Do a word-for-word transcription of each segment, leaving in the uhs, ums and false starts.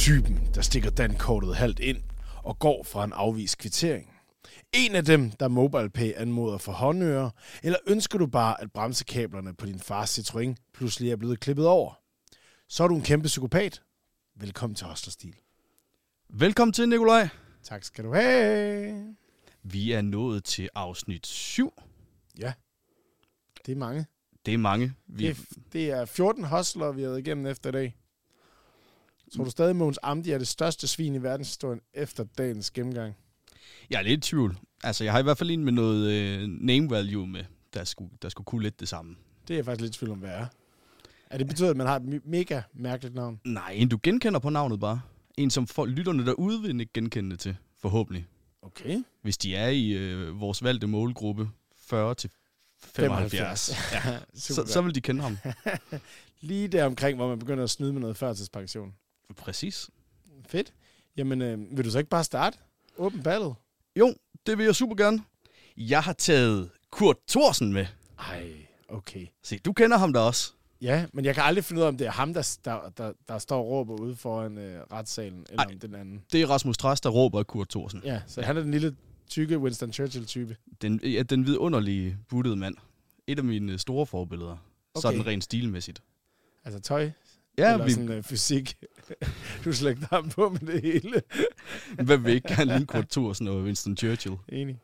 Typen, der stikker dankortet halvt ind og går fra en afvist kvittering. En af dem, der MobilePay anmoder for håndører, eller ønsker du bare, at bremsekablerne på din fars Citroën pludselig er blevet klippet over? Så er du en kæmpe psykopat. Velkommen til Hostlerstil. Velkommen til, Nikolaj. Tak skal du have. Vi er nået til afsnit syv. Ja, det er mange. Det er mange. Vi Det er, det er fjorten hustler, vi har været igennem efter i dag. Tror du stadig, Mogens Amdi er det største svin i verdenshistorien efter dagens gennemgang? Jeg er lidt i tvivl. Altså, jeg har i hvert fald en med noget øh, name value med, der skulle, der skulle kunne lidt det samme. Det er jeg faktisk lidt i tvivl om, hvad er. Er det betyder, at man har et mega mærkeligt navn? Nej, en du genkender på navnet bare. En, som folk, lytterne derude vil ikke genkende til, forhåbentlig. Okay. Hvis de er i øh, vores valgte målgruppe fyrre til femoghalvfjerds, ja, så, så vil de kende ham. Lige der omkring, hvor man begynder at snyde med noget førtidspension. Præcis. Fedt. Jamen, øh, vil du så ikke bare starte? Åben ballet. Jo, det vil jeg super gerne. Jeg har taget Kurt Thorsen med. Ej, okay. Se, du kender ham da også. Ja, men jeg kan aldrig finde ud af, om det er ham, der, der, der, der står og råber ude foran øh, retssalen, eller Ej, om den anden. Det er Rasmus Træs, der råber af Kurt Thorsen. Ja, så han er den lille, tykke Winston Churchill-type. Den, ja, den vidunderlige, buttede mand. Et af mine store forbilleder. Okay. Sådan rent stilmæssigt. Altså tøj? Ja, eller vi... sådan øh, fysik? Du slægter ham på med det hele. Hvad vil ikke gerne ligne Kurt Thorsen og Winston Churchill? Enig.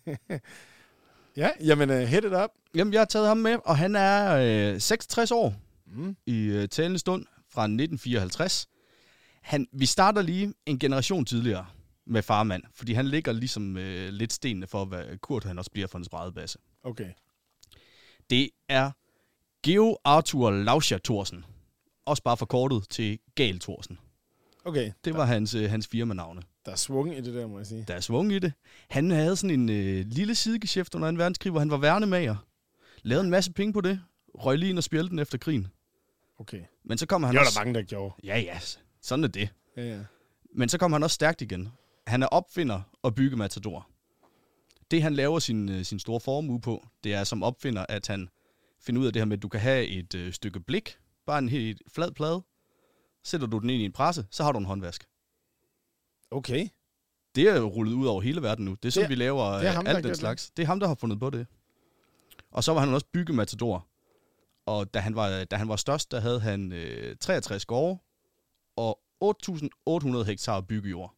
Ja, jamen uh, hit it up. Jamen, jeg har taget ham med, og han er øh, seksogtres år Mm. i øh, talende stund fra nitten fireoghalvtreds. Han, vi starter lige en generation tidligere med farmand, fordi han ligger ligesom øh, lidt stenene for, hvad Kurt han også bliver for en spredebasse. Okay. Det er Geo Arthur Lauscher Thorsen. Også bare forkortet til Gal Thorsen. Okay. Det var hans, øh, hans firmanavne. Der er svung i det der, må jeg sige. Der er svung i det. Han havde sådan en øh, lille sidegeschæft under en verdenskrig, hvor han var værnemager. Lavede en masse penge på det. Røg lige ind og spjældte den efter krigen. Okay. Men så kom han Det var også... der mange, der gjorde. Ja, ja. Sådan er det. Ja, ja. Men så kom han også stærkt igen. Han er opfinder og byggematador. Det, han laver sin, øh, sin store formue på, det er som opfinder, at han finder ud af det her med, at du kan have et øh, stykke blik, bare en helt flad plade, sætter du den ind i en presse, så har du en håndvask. Okay. Det er jo rullet ud over hele verden nu. Det er sådan, Det- vi laver det er ham, øh, der alt gør den det. slags. Det er ham, der har fundet på det. Og så var han også byggematador. Og da han var, da han var størst, der havde han øh, treogtres gårde og otte tusind otte hundrede hektar byggejord.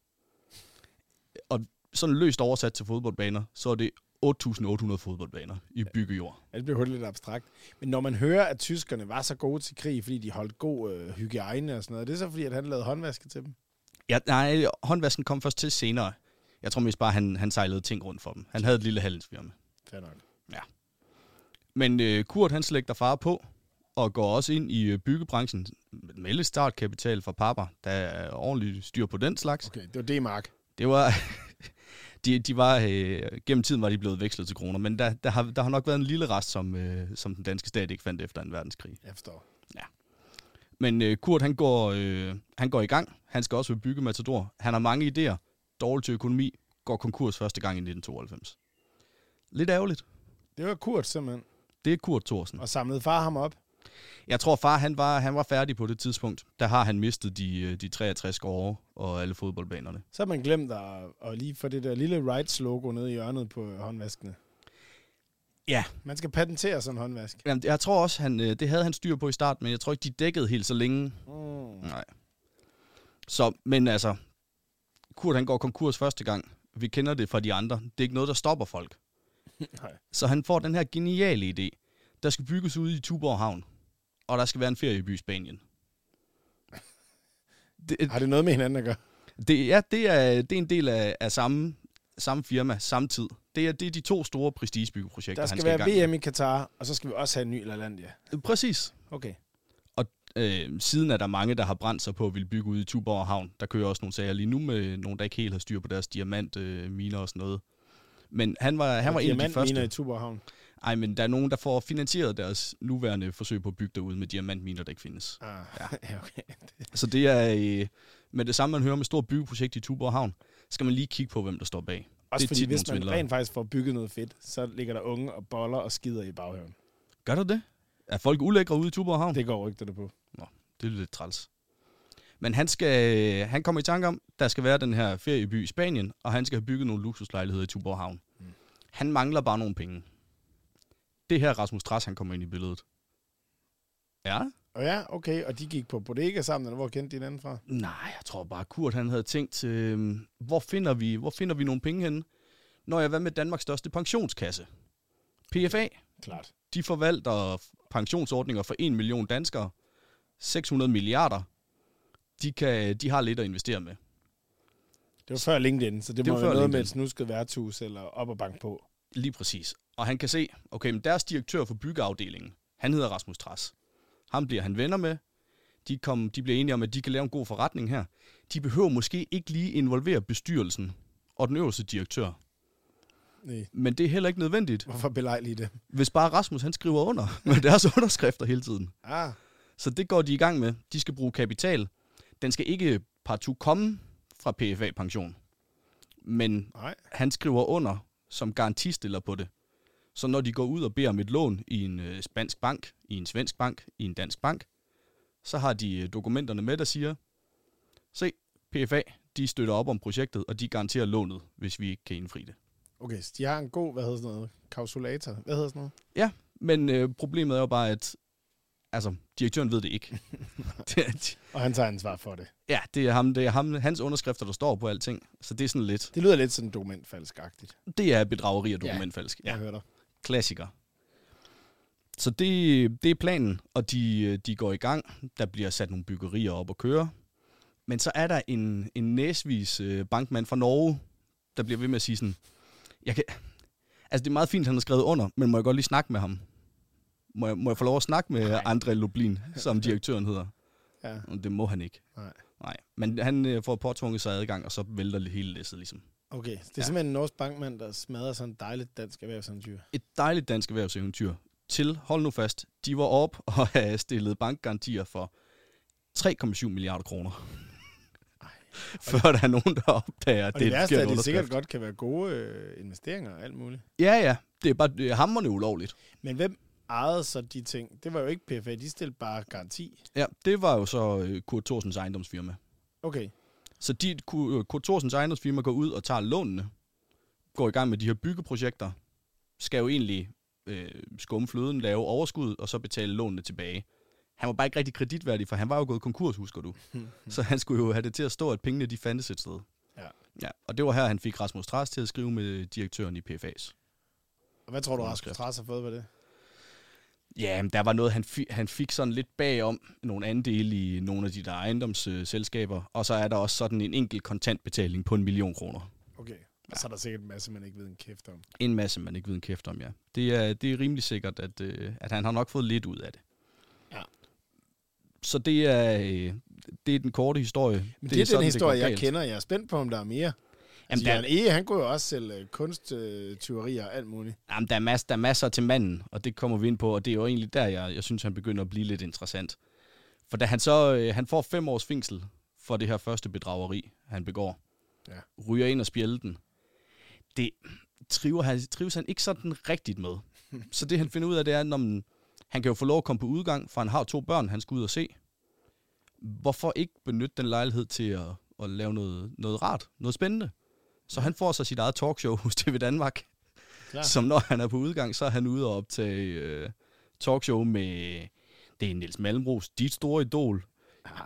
Og sådan løst oversat til fodboldbaner, så er det otte tusind otte hundrede fodboldbaner i byggejord. Ja, det bliver hurtigt lidt abstrakt. Men når man hører, at tyskerne var så gode til krig, fordi de holdt god øh, hygiejne og sådan noget, det er så fordi, at han lavede håndvaske til dem? Ja, nej, håndvasken kom først til senere. Jeg tror mest bare, han, han sejlede ting rundt for dem. Han havde et lille handelsfirma. Fair nok. Men øh, Kurt, han slægter far på, og går også ind i øh, byggebranchen med lidt startkapital fra pappa. Der er ordentligt styr på den slags. Okay, det var det, Mark. Det var... de, de var... Øh, gennem tiden var de blevet vekslet til kroner, men der, der, har, der har nok været en lille rest, som, øh, som den danske stat ikke fandt efter en verdenskrig. Jeg forstår. Men øh, Kurt, han går, øh, han går i gang. Han skal også være byggematador. Han har mange idéer. Dårlig til økonomi. Går konkurs første gang i nitten tooghalvfems. Lidt ærgerligt. Det var Kurt simpelthen. Det er Kurt Thorsen. Og samlede far ham op. Jeg tror, far han var, han var færdig på det tidspunkt. Der har han mistet de, de treogtres gårde og alle fodboldbanerne. Så har man glemt at, at lige få det der lille Rights-logo nede i hjørnet på håndvaskene. Ja. Man skal patentere sådan en håndvask. Jamen, jeg tror også, han, det havde han styr på i start, men jeg tror ikke, de dækkede helt så længe. Mm. Nej. Så, men altså, Kurt han går konkurs første gang. Vi kender det fra de andre. Det er ikke noget, der stopper folk. Nej. Så han får den her geniale idé. Der skal bygges ude i Tuborg Havn, og der skal være en ferieby i Spanien. Det, Har det noget med hinanden at gøre? det, ja, det er, det er en del af, af samme, samme firma, samme tid. Det er, det er de to store prestigebyggeprojekter, Der han skal skal være i gang V M i Katar, og så skal vi også have en ny LaLandia. med. Præcis. Okay. Og øh, siden er der mange, der har brændt sig på at ville bygge ude i Tuborg Havn. Der kører også nogle sager lige nu med nogen, der ikke helt har styr på deres diamantminer øh, og sådan noget. Men han var, han var en af de første. i Tuborg Havn. Ej, men der er nogen, der får finansieret deres nuværende forsøg på at bygge derude med diamantminer, der ikke findes. Ah, Ja. ja, okay. Så det er øh, med det samme, man hører med stort byggeprojekt i Tuborg Havn, skal man lige kigge på, hvem der står bag. Også det er fordi, tit hvis nogle man svindlere. rent faktisk får bygget noget fedt, så ligger der unge og boller og skider i baghaven. Gør der det? Er folk ulækre ude i Tuborg Havn? Det, Det går rygterne på. det er lidt træls. Men han, skal, han kommer i tanke om, der skal være den her ferieby i Spanien, og han skal have bygget nogle luksuslejligheder i Tuborg Havn. Mm. Han mangler bare nogle penge. Det her Rasmus Trads, han kommer ind i billedet. Ja. Og ja, okay, og de gik på bodega sammen, eller hvor kendte de hinanden fra? Nej, jeg tror bare, Kurt han havde tænkt, øh, hvor, finder vi, hvor finder vi nogle penge henne, når jeg var med Danmarks største pensionskasse. P F A. Klart. De forvalter pensionsordninger for en million danskere. seks hundrede milliarder. De, kan, de har lidt at investere med. Det var før LinkedIn, så det, det må være noget LinkedIn. Med et snusket værtshus eller op og bank på. Lige præcis. Og han kan se, okay, men deres direktør for byggeafdelingen, han hedder Rasmus Trads. Ham bliver han venner med. De, kom, de bliver enige om, at de kan lave en god forretning her. De behøver måske ikke lige involvere bestyrelsen og den øverste direktør. Nej. Men det er heller ikke nødvendigt. Hvorfor belejlige det? Hvis bare Rasmus han skriver under med deres underskrifter hele tiden. Ah. Så det går de i gang med. De skal bruge kapital. Den skal ikke partout komme fra P F A-pension. Men Nej. Han skriver under som garantistiller på det. Så når de går ud og beder om et lån i en øh, spansk bank, i en svensk bank, i en dansk bank, så har de øh, dokumenterne med, der siger, se, P F A, de støtter op om projektet, og de garanterer lånet, hvis vi ikke kan indfri det. Okay, så de har en god, hvad hedder sådan noget, kausulator, hvad hedder sådan noget? Ja, men øh, problemet er jo bare, at altså, direktøren ved det ikke. det er, de, og han tager ansvar for det. Ja, det er, ham, det er ham, hans underskrifter, der står på alting. Så det er sådan lidt... Det lyder lidt sådan dokumentfalsk-agtigt. Det er bedrageri og dokumentfalsk. Ja, jeg hører dig. Klassiker. Så det, det er planen, og de, de går i gang. Der bliver sat nogle byggerier op og køre. Men så er der en, en næsvis bankmand fra Norge, der bliver ved med at sige sådan, jeg kan, altså det er meget fint, han har skrevet under, men må jeg godt lige snakke med ham? Må jeg, må jeg få lov at snakke med Nej. André Lublin, som direktøren hedder? Ja. Og det må han ikke. Nej. Nej. Men han øh, får påtvunget sig adgang, og så vælter det hele læsset ligesom. Okay, det er ja. simpelthen en norsk bankmand, der smadrer sådan et dejligt dansk erhvervseventyr. Et dejligt dansk erhvervseventyr. Til, hold nu fast, de var op og havde stillet bankgarantier for tre komma syv milliarder kroner. Før der er nogen, der opdager, at det, det er værste er, at det sikkert godt kan være gode øh, investeringer og alt muligt. Ja, ja. Det er bare det er hamrende ulovligt. Men hvem ejede så de ting? Det var jo ikke P F A, de stillede bare garanti. Ja, det var jo så øh, Kurt Thorsens ejendomsfirma. Okay. Så de, Kurt Thorsens ejendomsfirma går ud og tager lånene, går i gang med de her byggeprojekter, skal jo egentlig øh, skumme fløden, lave overskud, og så betale lånene tilbage. Han var bare ikke rigtig kreditværdig, for han var jo gået konkurs, husker du. Så han skulle jo have det til at stå, at pengene de fandtes et sted. Ja. Ja, og det var her, han fik Rasmus Trads til at skrive med direktøren i P F A's. Og hvad tror du, Rasmus Trads har fået ved det? Ja, der var noget, han fik, han fik sådan lidt bagom nogle andele i nogle af de der ejendomsselskaber, og så er der også sådan en enkelt kontantbetaling på en million kroner. Okay, og så er der sikkert en masse, man ikke ved en kæft om. En masse, man ikke ved en kæft om, ja. Det er, det er rimelig sikkert, at, at han har nok fået lidt ud af det. Ja. Så det er, det er den korte historie. Men det, det er sådan, den historie, jeg kender. Jeg er spændt på, om der er mere. Jamen, altså, der... Jørgen E., han kunne jo også sælge kunsttyverier og alt muligt. Jamen, der er, masser, der er masser til manden, og det kommer vi ind på, og det er jo egentlig der, jeg, jeg synes, han begynder at blive lidt interessant. For da han så øh, han får fem års fængsel for det her første bedrageri, han begår, ja. Ryger ind og spjælder den, det trives han, trives han ikke sådan rigtigt med. Så det, han finder ud af, det er, når man, han kan jo få lov at komme på udgang, for han har to børn, han skal ud og se. Hvorfor ikke benytte den lejlighed til at, at lave noget, noget rart, noget spændende? Så han får så sit eget talkshow hos T V Danmark. Klar. Som når han er på udgang, så er han ude og optage øh, talkshow med, det er Niels Malmros, dit store idol. Ah.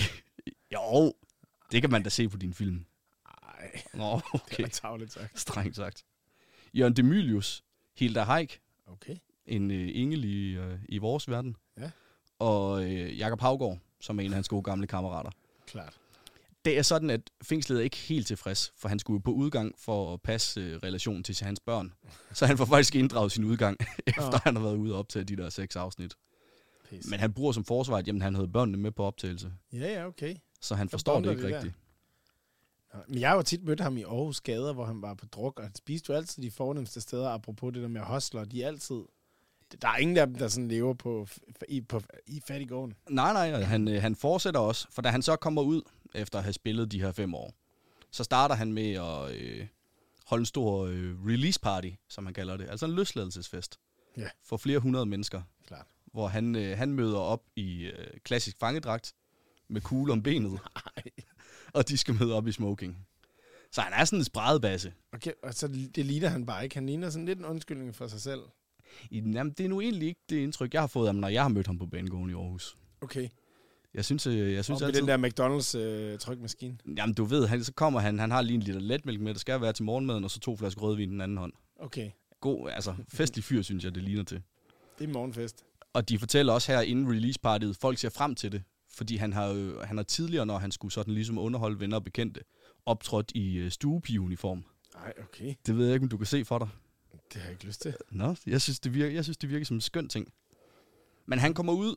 Jo, det kan man da se på din film. Nej, Nå, okay. Det var tavligt sagt. Strengt sagt. Jørgen Demilius, Hilda Haik, okay. En øh, engel i, øh, i vores verden. Ja. Og øh, Jakob Haugaard, som er en af hans gode gamle kammerater. Klart. Det er sådan, at fængslet er ikke helt tilfreds, for han skulle på udgang for at passe øh, relationen til hans børn. Så han får faktisk inddraget sin udgang, efter oh. han har været ude og optage de der seks afsnit. Pisse. Men han bruger som forsvar, at jamen, han havde børnene med på optagelse. Ja, ja, okay. Så han forstår det ikke rigtigt. Men jeg har jo tit mødt ham i Aarhus gader, hvor han var på druk, og han spiste jo altid de fornemmeste steder, apropos det der med hostler, de er altid... Der er ingen af dem, der sådan lever på, i, på, i fattiggården. Nej, nej, han, han fortsætter også, for da han så kommer ud, efter at have spillet de her fem år, så starter han med at øh, holde en stor øh, release party, som han kalder det, altså en løsladelsesfest, ja. For flere hundrede mennesker. Klart. Hvor han, øh, han møder op i øh, klassisk fangedragt, med kugle om benet. Nej. Og de skal møde op i smoking. Så han er sådan en spredebasse. Okay, og så det ligner han bare ikke. Han ligner sådan lidt en undskyldning for sig selv. Jamen, det er nu egentlig ikke det indtryk, jeg har fået af ham, når jeg har mødt ham på banegården i Aarhus. Okay. Jeg synes, jeg, jeg synes og med altid... den der McDonald's øh, trykmaskine. Jamen, du ved, han, så kommer han, han har lige en liter letmælk med, der skal være til morgenmaden, og så to flasker rødvin i den anden hånd. Okay. God, altså, festlig fyr, synes jeg, det ligner til. Det er morgenfest. Og de fortæller også her inden release-partiet, folk ser frem til det, fordi han har, øh, han har tidligere, når han skulle sådan ligesom underholde venner og bekendte, optrådt i øh, stuepigeuniform. Nej, okay. Det ved jeg ikke, om du kan se for dig. Det har jeg ikke lyst til. Nå, jeg synes, det virker, jeg synes, det virker som en skøn ting. Men han kommer ud,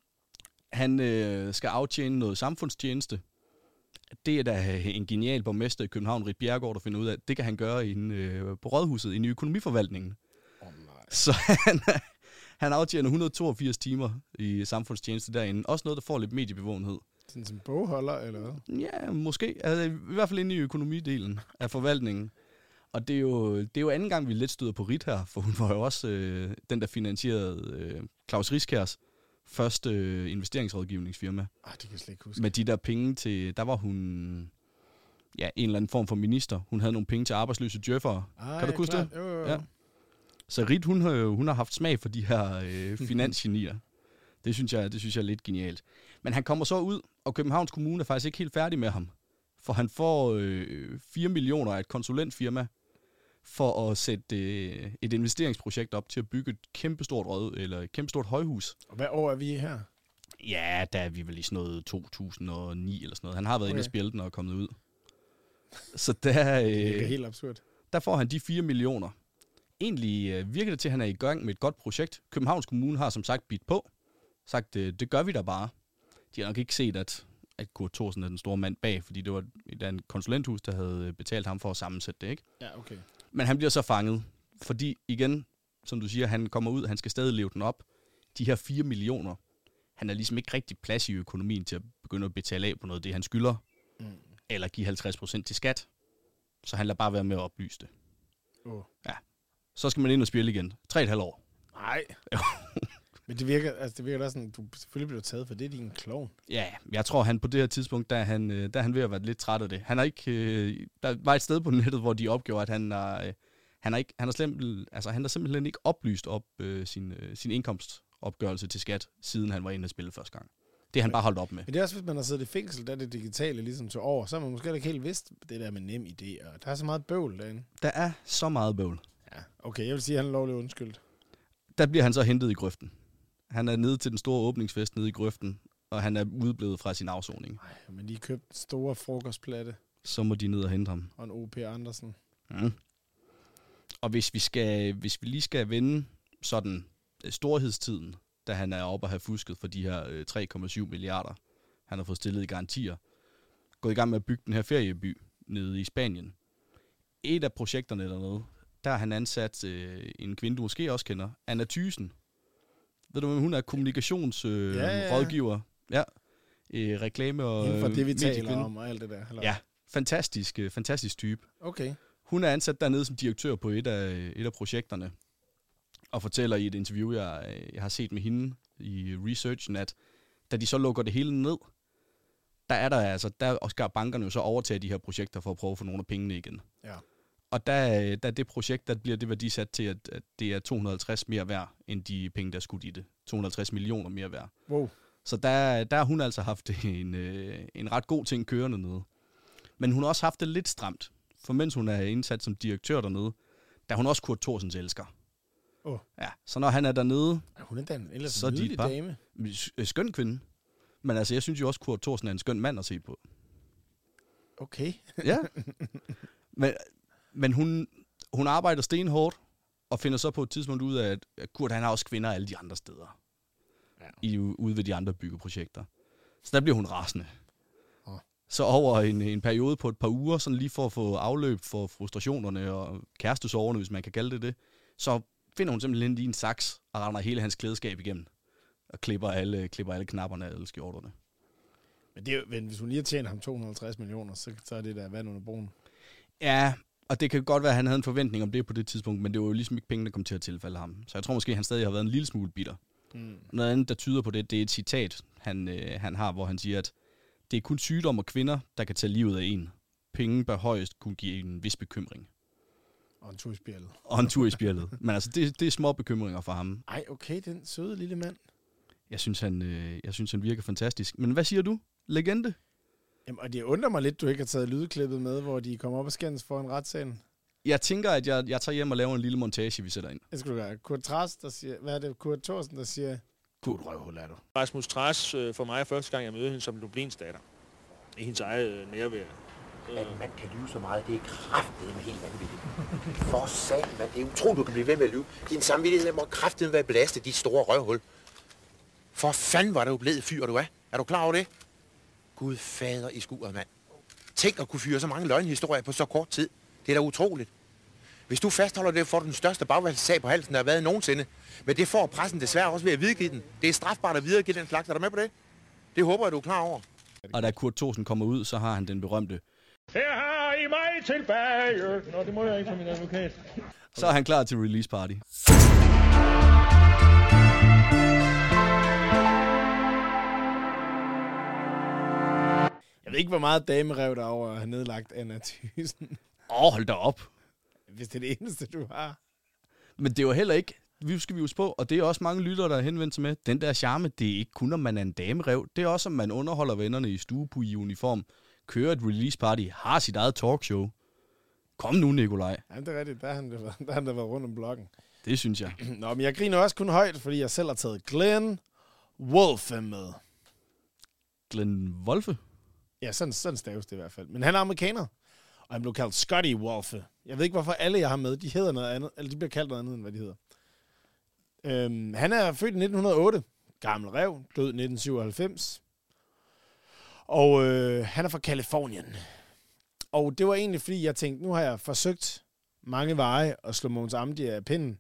han øh, skal aftjene noget samfundstjeneste. Det er da en genial borgmester i København, Ritt Bjerregaard, der finder ud af, at det kan han gøre inde, øh, på rådhuset, inde i økonomiforvaltningen. Åh oh, nej. Så han, han aftjener et hundrede og toogfirs timer i samfundstjeneste derinde. Også noget, der får lidt mediebevågenhed. Sådan som bogholder, eller hvad? Ja, måske. Altså, i hvert fald inde i økonomidelen af forvaltningen. Og det er, jo, det er jo anden gang, vi lidt støder på Ritt her, for hun var jo også øh, den, der finansierede øh, Claus Riskærs første øh, investeringsrådgivningsfirma. Ej, det kan jeg slet ikke huske. Med de der penge til, der var hun ja, en eller anden form for minister. Hun havde nogle penge til arbejdsløse djøffere. Ej, kan du huske det? Jo, jo, jo. Ja. Så Ritt, hun har, hun har haft smag for de her øh, finansgenier. Det synes, jeg, det synes jeg er lidt genialt. Men han kommer så ud, og Københavns Kommune er faktisk ikke helt færdig med ham. For han får øh, fire millioner af et konsulentfirma for at sætte øh, et investeringsprojekt op til at bygge et kæmpestort rød, eller et kæmpestort højhus. Og hvad år er vi her? Ja, der er vi vel i sådan noget to tusind og ni eller sådan noget. Han har været okay. inde og spille den og kommet ud. Så der, øh, det er helt absurd. Der får han de fire millioner. Egentlig øh, virker det til, at han er i gang med et godt projekt. Københavns Kommune har som sagt bidt på. Sagt, øh, det gør vi da bare. De har nok ikke set, at, at Kurt Thorsen er den store mand bag, fordi det var et, et konsulenthus, der havde betalt ham for at sammensætte det, ikke? Ja, okay. Men han bliver så fanget, fordi igen, som du siger, han kommer ud, han skal stadig leve den op. De her fire millioner, han er ligesom ikke rigtig plads i økonomien til at begynde at betale af på noget af det, han skylder. Mm. Eller give halvtreds procent til skat. Så han lader bare være med at oplyse det. Oh. Ja. Så skal man ind og spille igen. Tre og et halvt år. Nej. Men det virker, altså det virker da sådan, du selvfølgelig bliver taget for det, din klovn. Ja, jeg tror han på det her tidspunkt, der er han, der er han ved at være lidt træt af det. Han har ikke, øh, der var et sted på nettet, hvor de opgjorde, at han er, øh, han er ikke, han har simpelthen, altså han har simpelthen ikke oplyst op øh, sin, øh, sin indkomstopgørelse til skat, siden han var inde og spille første gang. Det har han bare holdt op med. Men det er også, hvis man har siddet i fængsel, der er det digitale ligesom til over, så har man måske ikke helt vidst det der med nem idé, og der er så meget bøvl derinde. Der er så meget bøvl. Ja, okay, jeg vil sige, at han er lovligt undskyldt. Der bliver han så hentet i grøften. Han er nede til den store åbningsfest nede i grøften, og han er udeblevet fra sin afsoning. Nej, men de købte en store frokostplatte. Så må de ned og hente ham. Og en O P Andersen. Mm. Og hvis vi, skal, hvis vi lige skal vende sådan storhedstiden, da han er oppe og have fusket for de her tre komma syv milliarder, han har fået stillet i garantier, gået i gang med at bygge den her ferieby nede i Spanien. Et af projekterne dernede, der har han ansat øh, en kvinde, du måske også kender, Anna Thyssen. Ved du, hun er kommunikationsrådgiver. Øh, ja, ja. Øh, reklame og inden for det, vi taler mediekvinde. om og alt det der. Eller? Ja, fantastisk, øh, fantastisk type. Okay. Hun er ansat dernede som direktør på et af, et af projekterne, og fortæller i et interview, jeg, jeg har set med hende i researchen, at da de så lukker det hele ned, der er der altså, der skal bankerne jo så overtage de her projekter for at prøve at få nogle af pengene igen. Ja. Og der, der det projekt, der bliver det værdisat til, at, at det er to hundrede og halvtreds mere værd, end de penge, der er skudt i det. to hundrede og halvtreds millioner mere værd. Wow. Så der, der har hun altså haft en, en ret god ting kørende nede. Men hun har også haft det lidt stramt. For mens hun er indsat som direktør dernede, der er hun også Kurt Thorsens elsker. Oh. Ja, så når han er dernede, ja, hun er da en ellers så en nydelig par, dame. Skøn kvinde. Men altså, jeg synes jo også, Kurt Thorsen er en skøn mand at se på. Okay. Ja. Men, men hun, hun arbejder stenhårdt, og finder så på et tidspunkt ud af, at Kurt han har også kvinder alle de andre steder. Ja. I, ude ved de andre byggeprojekter. Så der bliver hun rasende. Oh. Så over en, en periode på et par uger, sådan lige for at få afløb for frustrationerne og kærestesorgerne, hvis man kan kalde det det, så finder hun simpelthen lige en saks og render hele hans klædeskab igennem. Og klipper alle, klipper alle knapperne af alle skjorterne. Men, det er, men hvis hun lige har tjent ham to hundrede og halvtreds millioner, så, så er det der vand under broen. Ja, og det kan godt være, at han havde en forventning om det på det tidspunkt, men det var jo ligesom ikke penge, der kom til at tilfalde ham. Så jeg tror måske, at han stadig har været en lille smule bitter. Mm. Noget andet, der tyder på det, det er et citat, han, øh, han har, hvor han siger, at Det er kun sygdom og kvinder, der kan tage livet af en. Penge bør højst kunne give en vis bekymring. Og en tur i spjældet. Og en tur i spjældet. Men altså, det, det er små bekymringer for ham. Ej, okay, den søde lille mand. Jeg synes, han, øh, jeg synes, han virker fantastisk. Men hvad siger du? Legende? Jamen, og det undrer mig lidt, du ikke har taget lydklippet med, hvor de kommer op og skændes foran retssalen. Jeg tænker, at jeg, jeg tager hjem og laver en lille montage, vi sætter ind. Det skal du gøre. Kurt Tras, der siger... Hvad er det? Kurt Thorsen, der siger... Gud, røvhul er du. Rasmus Tras øh, for mig første gang, jeg mødte hende som Lublins datter. I hendes eget øh, nærvær. At man kan lyve så meget, det er kraftedeme helt vanvittigt. For satan, man. Det er utroligt, du kan blive ved med at lyve. Din samvittighed må kraftedeme være belastet, dit store røvhul. For fanden var det jo blevet fyr, du er. Er du klar over det? Gud fader i skuret, mand. Tænk at kunne fyre så mange løgnhistorier på så kort tid. Det er da utroligt. Hvis du fastholder det, får du den største bagvalgssag på halsen, der har været nogensinde. Men det får pressen desværre også ved at videregive den. Det er strafbart at videregive den slags. Er du med på det? Det håber jeg, du er klar over. Og da Kurt Thorsen kommer ud, så har han den berømte... Her har I mig tilbage! Nå, det må jeg ikke for min advokat. Så er han klar til release party. Jeg ved ikke, hvor meget damerev der er over at have nedlagt Anna Thyssen. Åh, oh, hold da op. Hvis det er det eneste, du har. Men det var heller ikke, vi skal vi huske på, og det er også mange lyttere, der har henvendt sig med, den der charme, det er ikke kun, om man er en damerev, det er også, om man underholder vennerne i stuepige i uniform, kører et release party, har sit eget talkshow. Kom nu, Nikolaj. Ja, det er rigtigt. Der har han, der har han der været rundt om blokken. Det synes jeg. Nå, men jeg griner også kun højt, fordi jeg selv har taget Glenn Wolfe med. Glenn Wolfe? Ja, sådan, sådan staves det i hvert fald. Men han er amerikaner, og han blev kaldt Scotty Wolfe. Jeg ved ikke, hvorfor alle jeg har med, de hedder noget andet, eller de bliver kaldt noget andet, end hvad de hedder. Øhm, han er født i nitten hundrede og otte. Gammel rev, død nitten syvoghalvfems. Og øh, han er fra Kalifornien. Og det var egentlig, fordi jeg tænkte, nu har jeg forsøgt mange veje at slå Mogens Amdi af pinden.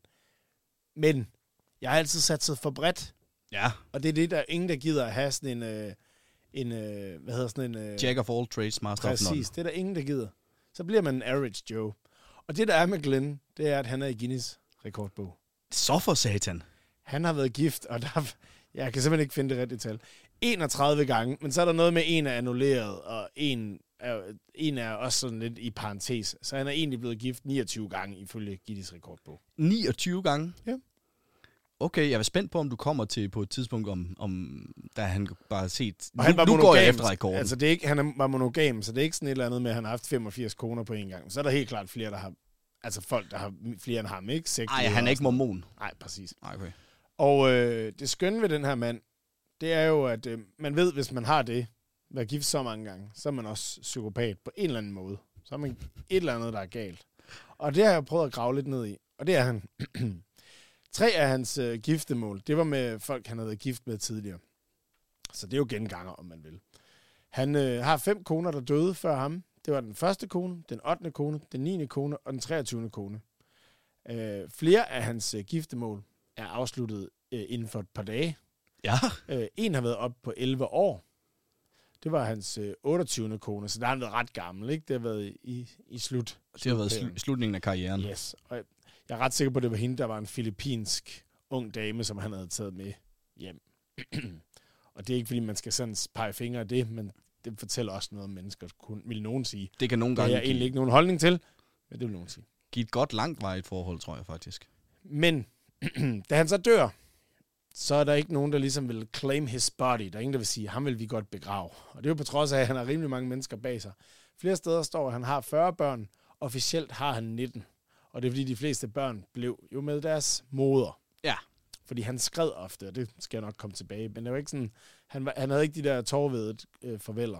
Men jeg har altid sat sig for bredt. Ja. Og det er det, der er ingen, der gider at have sådan en... Øh, en øh, hvad hedder sådan en... Øh, Jack of all trades, master of none. Præcis, det er der ingen, der gider. Så bliver man en average Joe. Og det, der er med Glenn, det er, at han er i Guinness rekordbog. Så for satan. Han har været gift, og der, jeg kan simpelthen ikke finde det rigtige tal. enogtredive gange, men så er der noget med, en er annulleret, og en er, en er også sådan lidt i parentes. Så han er egentlig blevet gift niogtyve gange, ifølge Guinness rekordbog. niogtyve gange? Ja. Okay, jeg var spændt på, om du kommer til på et tidspunkt, om, om da han bare har set... Og han var nu, nu går jeg efter rekorden. Altså, det er ikke, han var monogam, så det er ikke sådan et eller andet med, at han har haft femogfirs koner på en gang. Så er der helt klart flere, der har... Altså folk, der har flere end ham, ikke? Nej, han er ikke mormon. Nej, præcis. Ej, okay. Og øh, det skønne ved den her mand, det er jo, at øh, man ved, hvis man har det, været gift så mange gange, så er man også psykopat på en eller anden måde. Så er man et eller andet, der er galt. Og det har jeg prøvet at grave lidt ned i. Og det er han. Tre af hans øh, giftemål, det var med folk, han havde været gift med tidligere. Så det er jo genganger, om man vil. Han øh, har fem koner, der døde før ham. Det var den første kone, den ottende kone, den niende kone og den treogtyvende kone. Øh, flere af hans øh, giftemål er afsluttet øh, inden for et par dage. Ja. Øh, en har været op på elleve år. Det var hans øh, otteogtyvende kone, så der har han været ret gammel, ikke? Det har været i, i slut. Det har været sl- slutningen af karrieren. Yes. Og jeg, jeg er ret sikker på, at det var hende, der var en filippinsk ung dame, som han havde taget med hjem. Og det er ikke, fordi man skal sådan pege fingre af det, men det fortæller også noget om mennesker, kun, vil nogen sige. Det kan nogle gange... Det har jeg egentlig ikke nogen holdning til, men det vil nogen sige. Give et godt langtvarigt forhold, tror jeg faktisk. Men da han så dør, så er der ikke nogen, der ligesom vil claim his body. Der er ingen, der vil sige, ham vil vi godt begrave. Og det er jo på trods af, at han har rimelig mange mennesker bag sig. Flere steder står, at han har fyrre børn. Officielt har han nitten. Og det er fordi, de fleste børn blev jo med deres moder. Ja. Fordi han skred ofte, og det skal jeg nok komme tilbage. Men det var ikke sådan, han, var, han havde ikke de der tårvedet øh, farveler.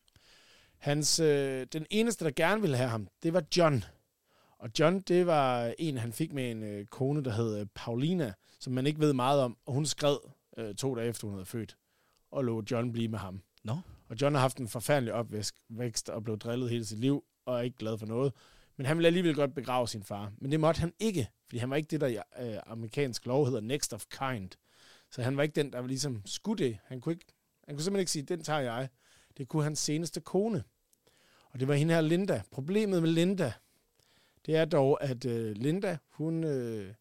Hans, øh, den eneste, der gerne ville have ham, det var John. Og John, det var en, han fik med en øh, kone, der hed øh, Paulina, som man ikke ved meget om. Og hun skred øh, to dage efter, hun havde født. Og lå John blive med ham. No. Og John har haft en forfærdelig opvækst og blev drillet hele sit liv, og er ikke glad for noget. Men han ville alligevel godt begrave sin far. Men det måtte han ikke, fordi han var ikke det, der øh, amerikansk lov hedder next of kind. Så han var ikke den, der var ligesom skulle det. Han kunne, ikke, han kunne simpelthen ikke sige, den tager jeg. Det kunne hans seneste kone. Og det var hende her, Linda. Problemet med Linda, det er dog, at øh, Linda, hun, øh,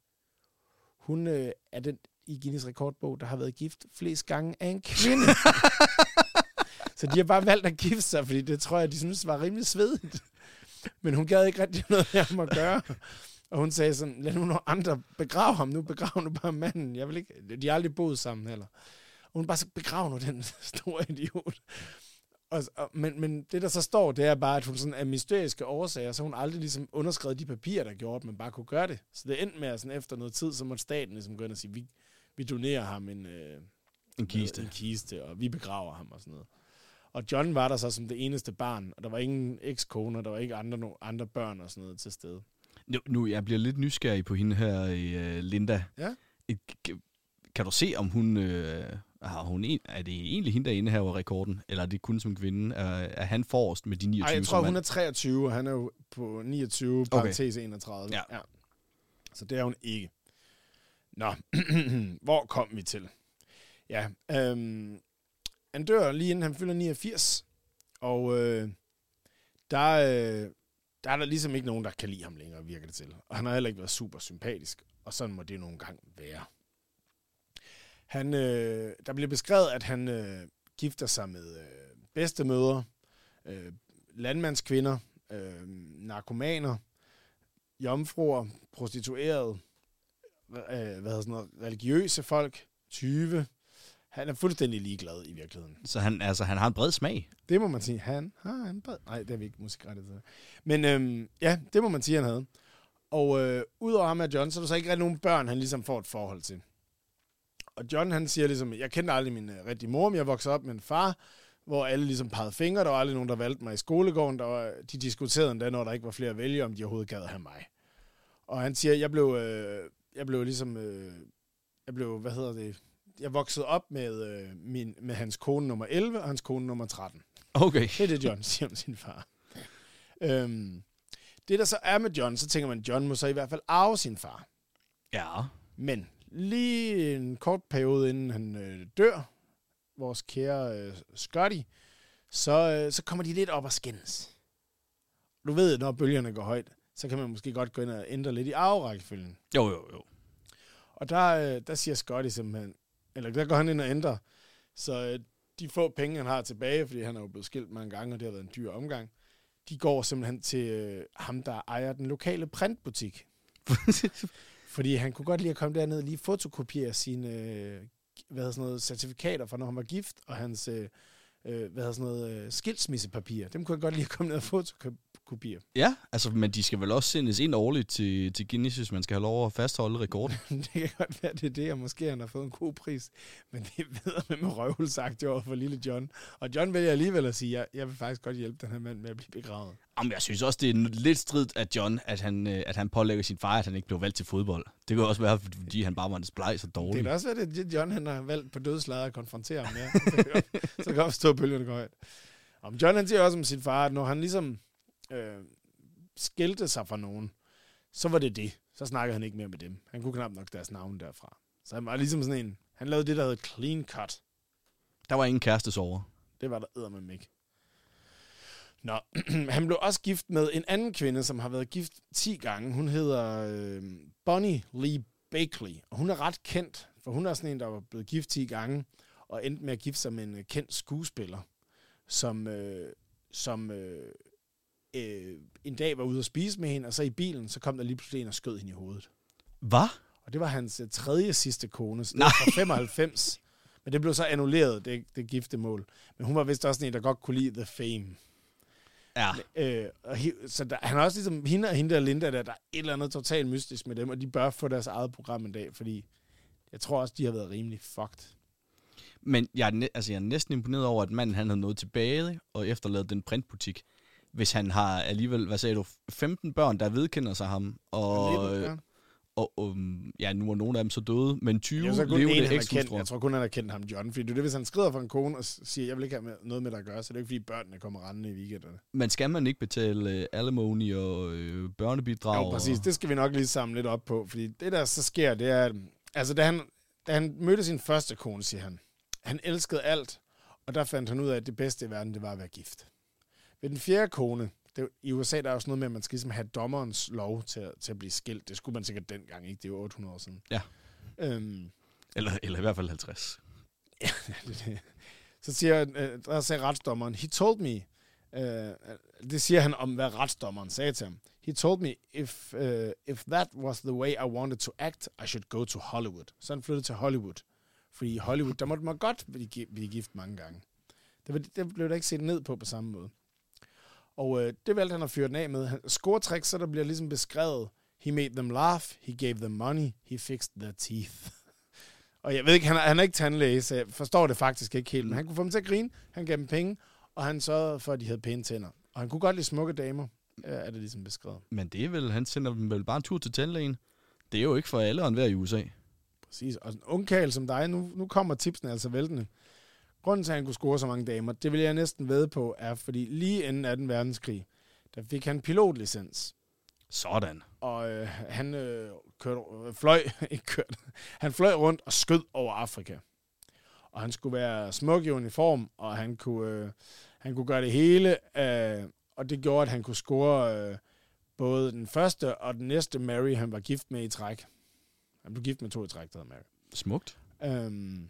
hun øh, er den i Guinness rekordbog, der har været gift flest gange af en kvinde. Så Så de har bare valgt at gifte sig, fordi det tror jeg, de synes var rimelig svedigt. Men hun gad ikke rigtig noget med ham at gøre. Og hun sagde sådan, lad nu nogle andre begrave ham. Nu begrav nu bare manden. Jeg vil ikke, de har aldrig boet sammen heller. Og hun bare så begrav nu den store idiot. Og, og, men, men det, der så står, det er bare, at hun sådan af mysteriske årsager, så hun aldrig ligesom underskrevet de papirer, der gjorde, at man bare kunne gøre det. Så det endte med, at sådan efter noget tid, så måtte staten ligesom gå ind og sige, vi, vi donerer ham en, øh, en, kiste. en kiste, og vi begraver ham og sådan noget. Og John var der så som det eneste barn, og der var ingen ekskoner, der var ikke andre, no, andre børn og sådan noget til stede. Nu, nu jeg bliver lidt nysgerrig på hende her, øh, Linda. Ja? Et, kan du se, om hun... Øh, har hun en, er det egentlig hende, der indehaver rekorden, eller er det kun som kvinde? Er, er han forrest med de niogtyve? Ej, jeg tror, hun er treogtyve, og han er jo på niogtyve, parentes okay. enogtredive. Ja. Ja. Så det er hun ikke. Nå, hvor kom vi til? Ja, øhm, han dør lige inden han fylder niogfirs, og øh, der, øh, der er der ligesom ikke nogen, der kan lide ham længere, virker det til. Og han har heller ikke været super sympatisk, og sådan må det nogle gange være. Han, øh, der bliver beskrevet, at han øh, gifter sig med øh, bedstemødre, øh, landmandskvinder, øh, narkomaner, jomfruer, prostituerede, øh, hvad hedder sådan noget, religiøse folk, tyve. Han er fuldstændig ligeglad i virkeligheden. Så han, altså, han har en bred smag? Det må man sige. Han har en bred... Nej, det er vi ikke musikrettet til. Men øh, ja, det må man sige, han havde. Og øh, udover ham og John, så er der så ikke rigtig nogen børn, han ligesom får et forhold til. Og John, han siger ligesom, jeg kendte aldrig min uh, rigtige mor, men jeg voksede op med en far, hvor alle ligesom pegede fingre. Der var aldrig nogen, der valgte mig i skolegården. Der var, de diskuterede endda, når der ikke var flere at vælge, om de overhovedet gad have mig. Og han siger, jeg blev, øh, jeg blev ligesom, øh, jeg blev, hvad hedder det, jeg voksede op med, øh, min, med hans kone nummer elleve og hans kone nummer tretten. Okay. Det er det, John siger om sin far. øhm, det, der så er med John, så tænker man, at John må så i hvert fald arve sin far. Ja. Men lige en kort periode, inden han øh, dør, vores kære øh, Scotty, så, øh, så kommer de lidt op og skændes. Du ved, når bølgerne går højt, så kan man måske godt gå ind og ændre lidt i arverækkefølgen. Jo, jo, jo. Og der, øh, der siger Scotty simpelthen, eller der går han ind og ændrer, så øh, de få penge, han har tilbage, fordi han er jo blevet skilt mange gange, og det har været en dyr omgang, de går simpelthen til øh, ham, der ejer den lokale printbutik. Fordi han kunne godt lide at komme derned og lige fotokopiere sine øh, hvad hedder sådan noget, certifikater fra, når han var gift, og hans øh, hvad hedder sådan noget, øh, skilsmissepapir. Dem kunne jeg godt lide at komme ned og fotokopiere. Ja, altså, men de skal vel også sendes ind årligt til, til Guinness, hvis man skal have lov at fastholde rekorden. Det kan godt være, det er det, og måske han har fået en god pris. Men det ved med med røvhulsagt over for lille John. Og John vælger alligevel at sige, jeg, jeg vil faktisk godt hjælpe den her mand med at blive begravet. Jamen, jeg synes også, det er lidt stridt af John, at han, at han pålægger sin far, at han ikke blev valgt til fodbold. Det kan også være, fordi han bare var en splej så dårlig. Det kan også være, det John han har valgt på dødslader at konfrontere ham med. Så kan også stå bølgerne går højt. Om John han siger også om sin far, at når han ligesom øh, skilte sig fra nogen, så var det det. Så snakkede han ikke mere med dem. Han kunne knap nok deres navn derfra. Så han var ligesom sådan en, han lavede det, der hed clean cut. Der var ingen kærestesover. Det var der eddermame ikke. Nå, han blev også gift med en anden kvinde, som har været gift ti gange. Hun hedder øh, Bonnie Lee Bakley, og hun er ret kendt, for hun er sådan en, der var blevet gift ti gange, og endte med at gifte sig med en kendt skuespiller, som, øh, som øh, øh, en dag var ude at spise med hende, og så i bilen, så kom der lige pludselig en og skød hende i hovedet. Hvad? Og det var hans øh, tredje sidste kone, så det Nej. var fra femoghalvfems. Men det blev så annulleret, det, det giftemål. Men hun var vist også en, der godt kunne lide The Fame. Ja. Øh, og he, så der, han er også ligesom, hende og hende der Linda, der, der er et eller andet totalt mystisk med dem, og de bør få deres eget program en dag, fordi jeg tror også, de har været rimelig fucked. Men jeg er, næ- altså, jeg er næsten imponeret over, at manden han havde noget tilbage, og efterladet den printbutik. Hvis han har alligevel, hvad sagde du, femten børn, der vedkender sig ham, og, Lidt, ja. og um, ja, nu er nogle af dem så døde, men tyve Jeg, så kun en, levende han har kendt. ekshustre. Jeg tror kun, han har kendt ham, John, fordi det er det, hvis han skrider for en kone og siger, jeg vil ikke have med, noget med dig at gøre, så det er ikke, fordi børnene kommer rendende i weekenderne. Men skal man ikke betale uh, alimony og øh, børnebidrag? Jo, præcis. Det skal vi nok lige samle lidt op på, fordi det, der så sker, det er, at altså, da han, da han mødte sin første kone, siger han, han elskede alt, og der fandt han ud af, at det bedste i verden, det var at være gift. Ved den fjerde kone, det, i U S A der er også noget med, at man skal ligesom have dommerens lov til, til at blive skilt. Det skulle man sikkert dengang, ikke? Det er jo otte hundrede år siden. Ja. Øhm, Eller, eller i hvert fald halvtreds. ja, det, det. Så siger, øh, der sagde retsdommeren, he told me, øh, det siger han om, hvad retsdommeren sagde til ham. He told me, if, uh, if that was the way I wanted to act, I should go to Hollywood. Så han flyttede til Hollywood. Fordi i Hollywood, der måtte man godt blive, blive gift mange gange. Det, det blev der ikke set ned på på samme måde. Og øh, det valgte han at fyre den af med. Scoretrick, så der bliver ligesom beskrevet, he made them laugh, he gave them money, he fixed their teeth. Og jeg ved ikke, han er, han er ikke tandlæge, så jeg forstår det faktisk ikke helt. Men han kunne få dem til at grine, han gav dem penge, og han sørgede for, at de havde pæne tænder. Og han kunne godt lide smukke damer, er det ligesom beskrevet. Men det er vel, han sender dem vel bare en tur til tandlægen. Det er jo ikke for alle og enhver i U S A. Præcis, og en ungkarl som dig, nu, nu kommer tipsene altså væltende. Grunden til, at han kunne score så mange damer, det vil jeg næsten vædde på, er, fordi lige inden anden verdenskrig, der fik han pilotlicens. Sådan. Og øh, han øh, kørte, øh, fløj, ikke kørte, han fløj rundt og skød over Afrika. Og han skulle være smuk i uniform, og han kunne, øh, han kunne gøre det hele, øh, og det gjorde, at han kunne score øh, både den første og den næste Mary, han var gift med i træk. Han blev gift med to i træk, der hedder Mary. Smukt. Øhm,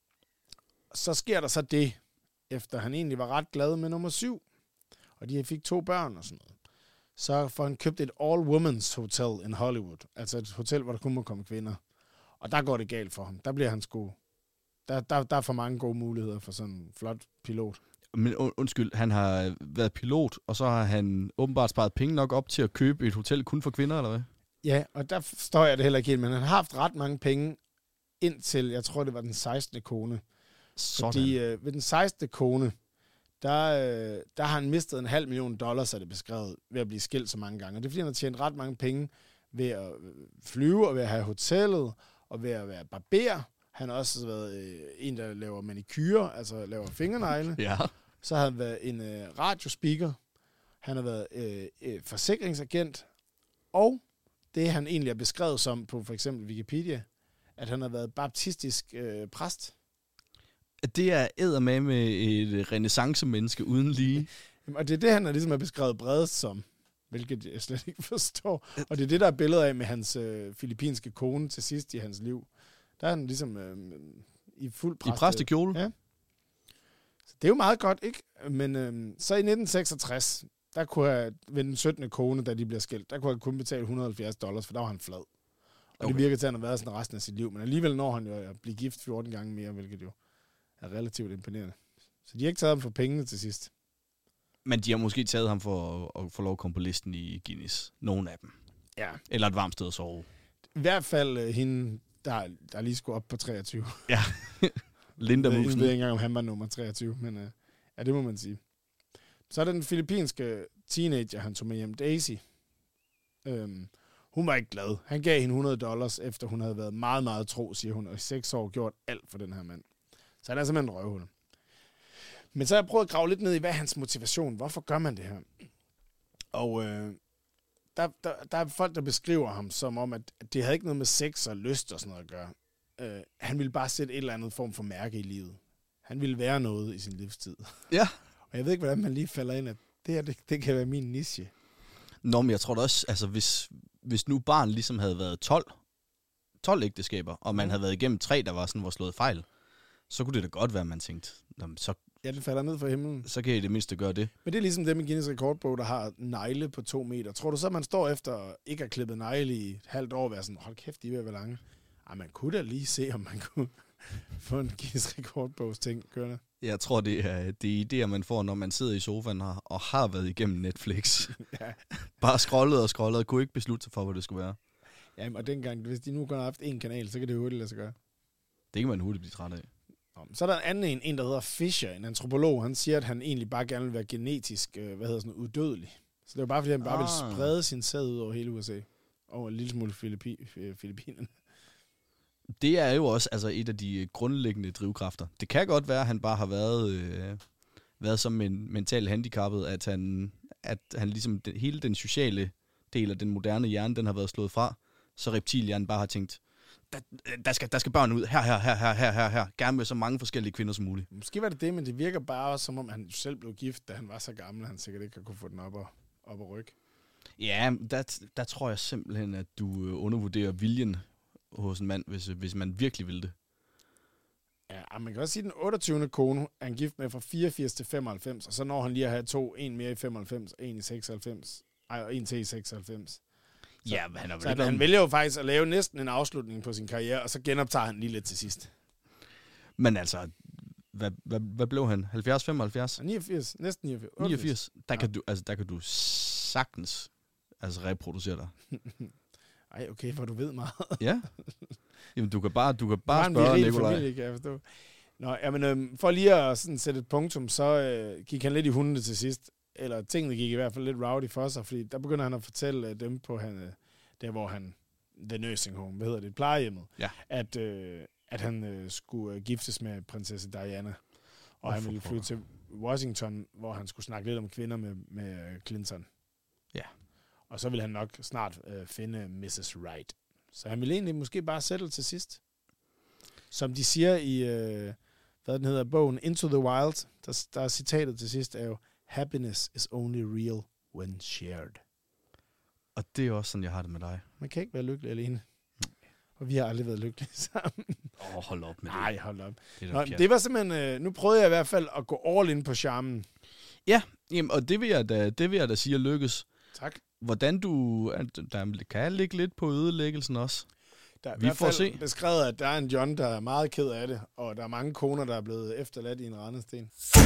så sker der så det, efter han egentlig var ret glad med nummer syv, og de fik to børn og sådan noget. Så får han købt et all-women's hotel in Hollywood, altså et hotel, hvor der kun må komme kvinder. Og der går det galt for ham. Der bliver han sgu... Der, der, der er for mange gode muligheder for sådan en flot pilot. Men undskyld, han har været pilot, og så har han åbenbart sparet penge nok op til at købe et hotel kun for kvinder, eller hvad? Ja, og der forstår jeg det heller ikke helt, men han har haft ret mange penge indtil, jeg tror, det var den sekstende kone. Sådan. Fordi øh, ved den sekstende kone, der, øh, der har han mistet en halv million dollars, er det beskrevet, ved at blive skilt så mange gange. Og det er, fordi han har tjent ret mange penge ved at flyve, og ved at have hotellet, og ved at være barber. Han har også været øh, en, der laver manikyre, altså laver fingernegle. Ja. Så har han været en øh, radiospeaker. Han har været øh, øh, forsikringsagent. Og det, han egentlig er beskrevet som på for eksempel Wikipedia, at han har været baptistisk øh, præst. Det er eddermame med et renaissance-menneske uden lige. Og det er det, han er ligesom er beskrevet bredest som, hvilket jeg slet ikke forstår. Og det er det, der er billeder af med hans øh, filippinske kone til sidst i hans liv. Der er han ligesom øh, i fuld præste. I præstekjole? Ja. Så det er jo meget godt, ikke? Men øh, så i nitten seksogtres, der kunne jeg, ved den syttende kone, da de bliver skilt, der kunne jeg kun betale et hundrede og halvfjerds dollars, for der var han flad. Og okay. Det virker til, at han har været sådan resten af sit liv. Men alligevel når han jo at blive gift fjorten gange mere, hvilket jo er relativt imponerende. Så de har ikke taget ham for pengene til sidst. Men de har måske taget ham for at, at få lov at komme på listen i Guinness. Nogle af dem. Ja. Eller et varmt sted at sove. I hvert fald uh, hende, der, der lige skulle op på treogtyve. Ja. Linda Musen. Musen. Jeg ved ikke engang, om han var nummer treogtyve, men uh, ja, det må man sige. Så er der den filippinske teenager, han tog med hjem, Daisy. Øhm, hun var ikke glad. Han gav hende hundrede dollars, efter hun havde været meget, meget tro, siger hun, og i seks år gjort alt for den her mand. Så han er simpelthen en røvhul. Men så har jeg prøvet at grave lidt ned i, hvad er hans motivation? Hvorfor gør man det her? Og øh, der, der, der er folk, der beskriver ham som om, at det havde ikke noget med sex og lyst og sådan noget at gøre. Øh, han ville bare sætte et eller andet form for mærke i livet. Han ville være noget i sin livstid. Ja. Og jeg ved ikke, hvordan man lige falder ind, at det her, det, det kan være min niche. Nå, men jeg tror da også, altså hvis, hvis nu barn ligesom havde været tolv, tolv ægteskaber, og man havde været igennem tre, der var sådan, var slået fejl, så kunne det da godt være, at man tænkte, så, Ja, det falder ned fra himlen. så kan I det mindste gøre det. Men det er ligesom det med Guinness rekordbog, der har negle på to meter. Tror du så, man står efter ikke at klippet negle i et halvt år og være sådan, hold kæft, de er ved at være lange. Ej, man kunne da lige se, om man kunne få en Guinness rekordbogs ting kørende. Jeg tror, det er de idéer, man får, når man sidder i sofaen og, og har været igennem Netflix. Ja. Bare scrollet og scrollet, og kunne ikke beslutte sig for, hvad det skulle være. Jamen, og dengang, hvis de nu kun har haft én kanal, så kan det hurtigt lade sig gøre. Det kan man hurtigt blive træt af. Så er der en anden en, en der hedder Fisher, en antropolog. Han siger, at han egentlig bare gerne vil være genetisk, øh, hvad hedder sådan noget, udødelig. Så det er jo bare, fordi han bare ah. vil sprede sin sæd ud over hele U S A. Og en lille smule Filippi, Filippinerne. Det er jo også altså, et af de grundlæggende drivkræfter. Det kan godt være, at han bare har været, øh, været som en mental handicappet, at han, at han ligesom den, hele den sociale del af den moderne hjerne, den har været slået fra. Så reptilhjernen bare har tænkt, der, der, skal, der skal børn ud, her, her, her, her, her, her, her. Gerne med så mange forskellige kvinder som muligt. Måske var det det, men det virker bare også, som om han selv blev gift, da han var så gammel, at han sikkert ikke kunne få den op og, op og rykke. Ja, der, der tror jeg simpelthen, at du undervurderer viljen hos en mand, hvis, hvis man virkelig vil det. Ja, Ja, man kan også sige, at den otteogtyvende kone er han gift med fra fireogfirs til femoghalvfems, og så når han lige at have to, en mere i femoghalvfems, en i seksoghalvfems, ej, og en til i seksoghalvfems. Så, ja, men han, er så han, han vælger jo faktisk at lave næsten en afslutning på sin karriere, og så genoptager han lige lidt til sidst. Men altså, hvad, hvad, hvad blev han? halvfjerds, femoghalvfjerds? niogfirs, næsten niogfirs. niogfirs. Der, Ja. kan du, altså, der kan du sagtens altså, reproducere dig. Ej, okay, for du ved meget. Ja. Jamen, du kan bare, du kan bare Bare en spørge viril Nikolaj. familie, kan jeg forstå. Nå, jamen, øhm, for lige at sådan sætte et punktum, så øh, gik han lidt i hundene til sidst. Eller tingene gik i hvert fald lidt rowdy for sig, fordi der begynder han at fortælle øh, dem på han, øh, der, hvor han, the nursing home, hvad hedder det, plejehjemmet, Ja. at, øh, at han øh, skulle øh, giftes med prinsesse Diana. Og Åh, han for ville flytte til Washington, hvor han skulle snakke lidt om kvinder med, med øh, Clinton. Ja. Og så ville han nok snart øh, finde missus Wright. Så han ville egentlig måske bare sætte til sidst. Som de siger i, øh, hvad den hedder, bogen Into the Wild, der, der er citatet til sidst, er jo, happiness is only real when shared. Og det er også sådan, jeg har det med dig. Man kan ikke være lykkelig alene. Og vi har aldrig været lykkelige sammen. Åh, oh, hold op med det. Nej, hold op. Det er Nå, da pjat. det var simpelthen, øh, nu prøvede jeg i hvert fald at gå all in på charmen. Ja, jamen, og det vil jeg da, det vil jeg da sige at lykkes. Tak. Hvordan du, at der kan ligge lidt på ødelæggelsen også. Der er i Vi hvert får fald se. beskrevet, at der er en John, der er meget ked af det, og der er mange koner, der er blevet efterladt i en rendesten.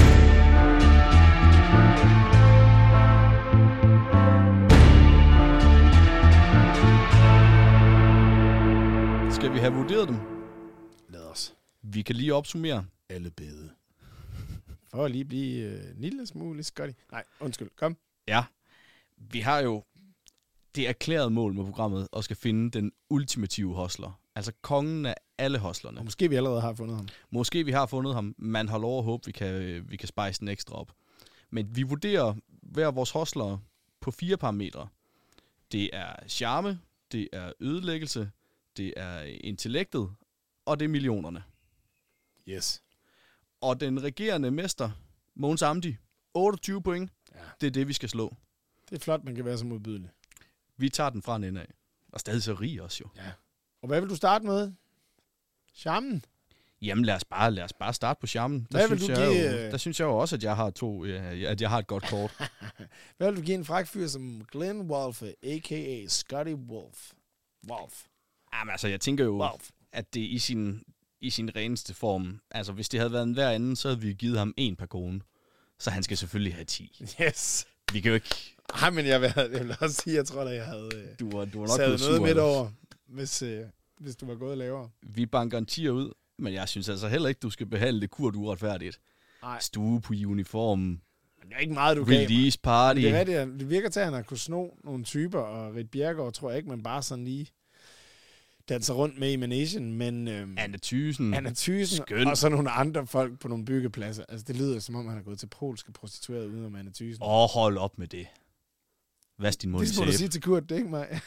Skal vi have vurderet dem? Lad os Vi kan lige opsummere. alle bede. For at lige blive øh, en lille smule skotty. Nej, undskyld, kom. Ja, vi har jo det erklærede mål med programmet at skal finde den ultimative hostler. Altså kongen af alle hostlerne. Og måske vi allerede har fundet ham. Måske vi har fundet ham. Man har lov at håbe, vi kan, vi kan spice den ekstra op. Men vi vurderer hver vores hostlere på fire parametre. Det er charme, det er ødelæggelse, det er intellektet, og det er millionerne. Yes. Og den regerende mester, Mogens Amdi, otteogtyve point. Ja. Det er det, vi skal slå. Det er flot, man kan være så modbydelig. Vi tager den fra en ende af. Og stadig så rig også jo. Ja. Og hvad vil du starte med? Charmen? Jamen lad os bare, lad os bare starte på charmen. Der Hvad vil synes, du jeg give, jo, øh, der synes jeg jo også, at jeg har to, ja, at jeg har et godt kort. Hvad vil du give en fræk fyr som Glenn Wolfe, a k a. Scotty Wolf? Wolf. Jamen altså, jeg tænker jo, Wolf. at det i sin, i sin reneste form, altså hvis det havde været en hver anden, så havde vi givet ham en per kone. Så han skal selvfølgelig have ti. Yes. Vi kan jo ikke... Ej, men jeg vil, jeg vil også sige, jeg tror da, jeg havde øh, Du var, du var nok sat blevet noget sur, midt eller? over, hvis, øh, hvis du var gået lavere. Vi banker en tier ud, men jeg synes altså heller ikke, du skal behandle Kurt uretfærdigt. Nej, Stue på uniform, det er ikke meget, du kan. release party. Det, er rigtigt, det virker til, at han har kunnet sno nogle typer, og Rit Bjerregaard tror jeg ikke, man bare sådan lige danser rundt med i managen, men øhm, Anne Thysen. Anna Thysen Skøn. og så nogle andre folk på nogle byggepladser. Altså, det lyder som om, han har gået til polske prostituerede uden om Anna Thysen. Åh, oh, hold op med det. Vask din mund i Det må du sæbe. sige til Kurt, det er ikke mig.